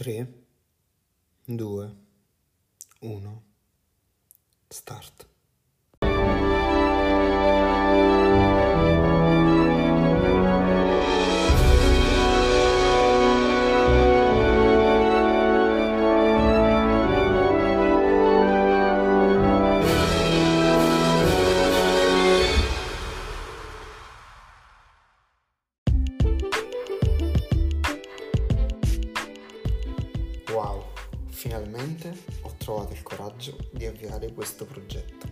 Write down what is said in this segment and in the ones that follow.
3, 2, 1, start. Wow, finalmente ho trovato il coraggio di avviare questo progetto.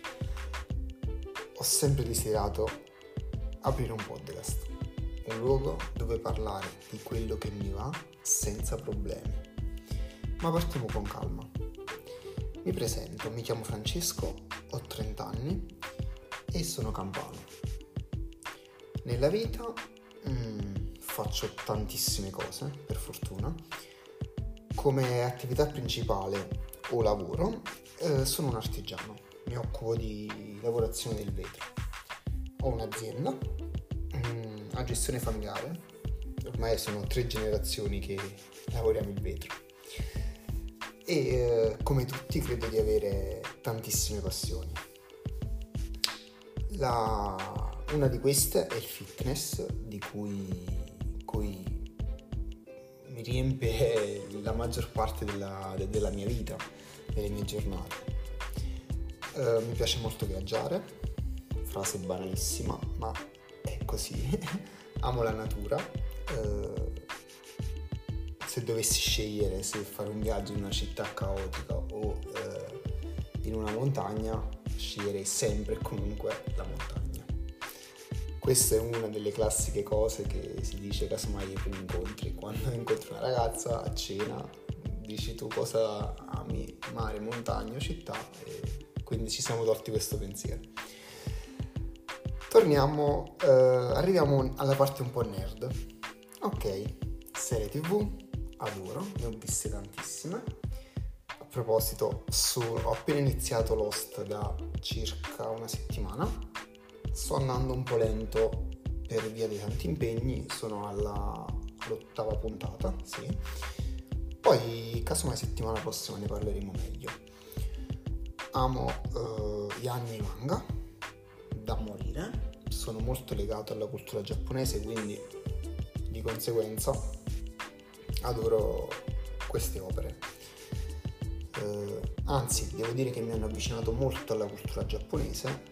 Ho sempre desiderato aprire un podcast, un luogo dove parlare di quello che mi va senza problemi. Ma partiamo con calma. Mi presento, mi chiamo Francesco, ho 30 anni e sono campano. Nella vita faccio tantissime cose, per fortuna. Come attività principale o lavoro sono un artigiano, mi occupo di lavorazione del vetro. Ho un'azienda a gestione familiare, ormai sono 3 generazioni che lavoriamo il vetro e come tutti credo di avere tantissime passioni. Una di queste è il fitness, di cui mi riempie la maggior parte della mia vita, delle mie giornate. Mi piace molto viaggiare, frase banalissima, ma è così. Amo la natura. Se dovessi scegliere se fare un viaggio in una città caotica o in una montagna, sceglierei sempre e comunque la montagna. Questa è una delle classiche cose che si dice casomai ai primi incontri. Quando incontri una ragazza a cena, dici tu cosa ami, mare, montagna o città, e quindi ci siamo tolti questo pensiero. Arriviamo alla parte un po' nerd. Ok, serie TV, adoro, ne ho viste tantissime. A proposito, ho appena iniziato Lost da circa una settimana. Sto andando un po' lento per via di tanti impegni, sono all'8ª puntata, sì. Poi, casomai settimana prossima ne parleremo meglio. Amo gli anime e manga, da morire. Sono molto legato alla cultura giapponese, quindi di conseguenza adoro queste opere. Anzi, devo dire che mi hanno avvicinato molto alla cultura giapponese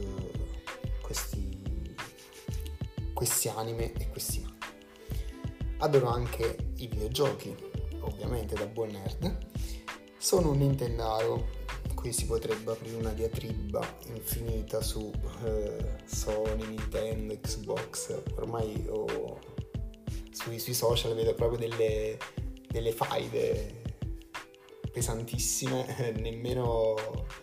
questi anime e questi manga. Adoro anche i videogiochi, ovviamente da buon nerd. Sono un nintendaro, qui si potrebbe aprire una diatriba infinita su Sony, Nintendo, Xbox. Ormai sui social vedo proprio delle faide pesantissime, nemmeno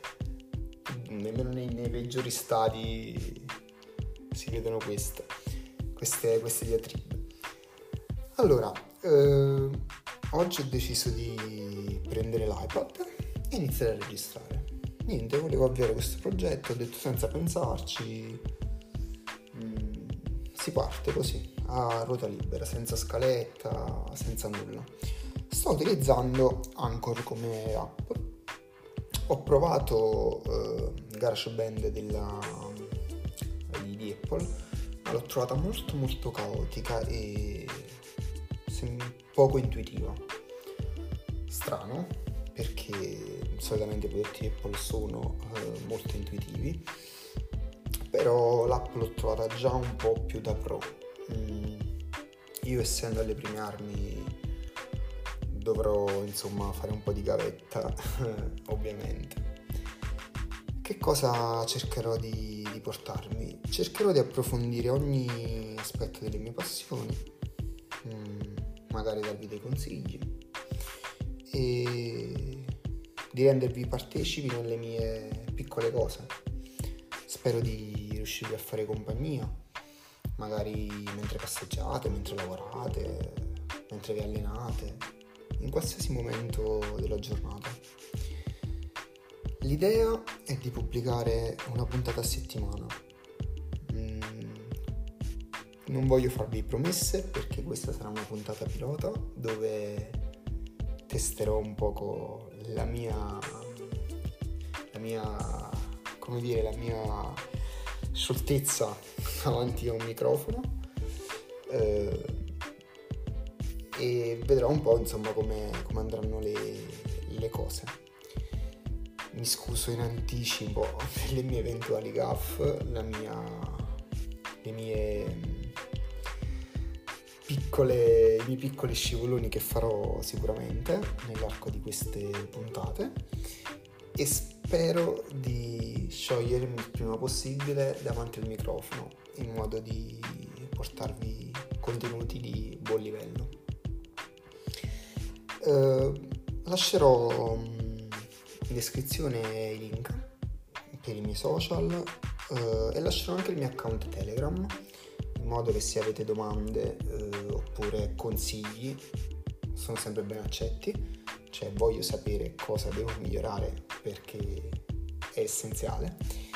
nei peggiori stadi si vedono queste diatribe. Allora, oggi ho deciso di prendere l'iPad e iniziare a registrare. Niente, volevo avviare questo progetto, ho detto senza pensarci, si parte così, a ruota libera, senza scaletta, senza nulla. Sto utilizzando Anchor come app. Ho provato GarageBand di Apple, ma l'ho trovata molto molto caotica e poco intuitiva. Strano, perché solitamente i prodotti Apple sono molto intuitivi, però l'app l'ho trovata già un po' più da pro. Io, essendo alle prime armi, dovrò insomma fare un po' di gavetta ovviamente. Che cosa cercherò di portarmi? Cercherò di approfondire ogni aspetto delle mie passioni, magari darvi dei consigli e di rendervi partecipi nelle mie piccole cose. Spero di riuscirvi a fare compagnia, magari mentre passeggiate, mentre lavorate, mentre vi allenate, in qualsiasi momento della giornata. L'idea è di pubblicare una puntata a settimana. Non voglio farvi promesse, perché questa sarà una puntata pilota dove testerò un poco la mia scioltezza davanti a un microfono, e vedrò un po' insomma come andranno le cose. Mi scuso in anticipo per le mie eventuali gaffe, i miei piccoli scivoloni che farò sicuramente nell'arco di queste puntate, e spero di sciogliermi il prima possibile davanti al microfono in modo di portarvi contenuti di buon livello. Lascerò in descrizione i link per i miei social, e lascerò anche il mio account Telegram, in modo che se avete domande oppure consigli sono sempre ben accetti. Cioè, voglio sapere cosa devo migliorare perché è essenziale,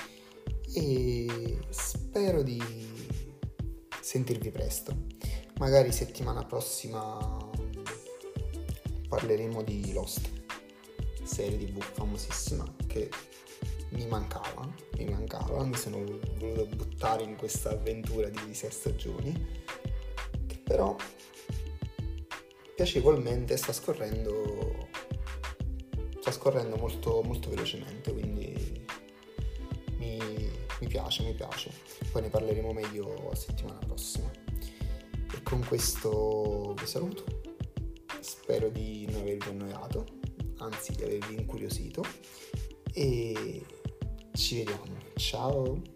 e spero di sentirvi presto. Magari settimana prossima parleremo di Lost, serie TV famosissima che mi mancava, mi sono voluto buttare in questa avventura di 6 stagioni, che però piacevolmente sta scorrendo molto, molto velocemente, quindi mi piace. Poi ne parleremo meglio la settimana prossima. E con questo vi saluto, spero di non avervi annoiato, anzi di avervi incuriosito, e ci vediamo, ciao!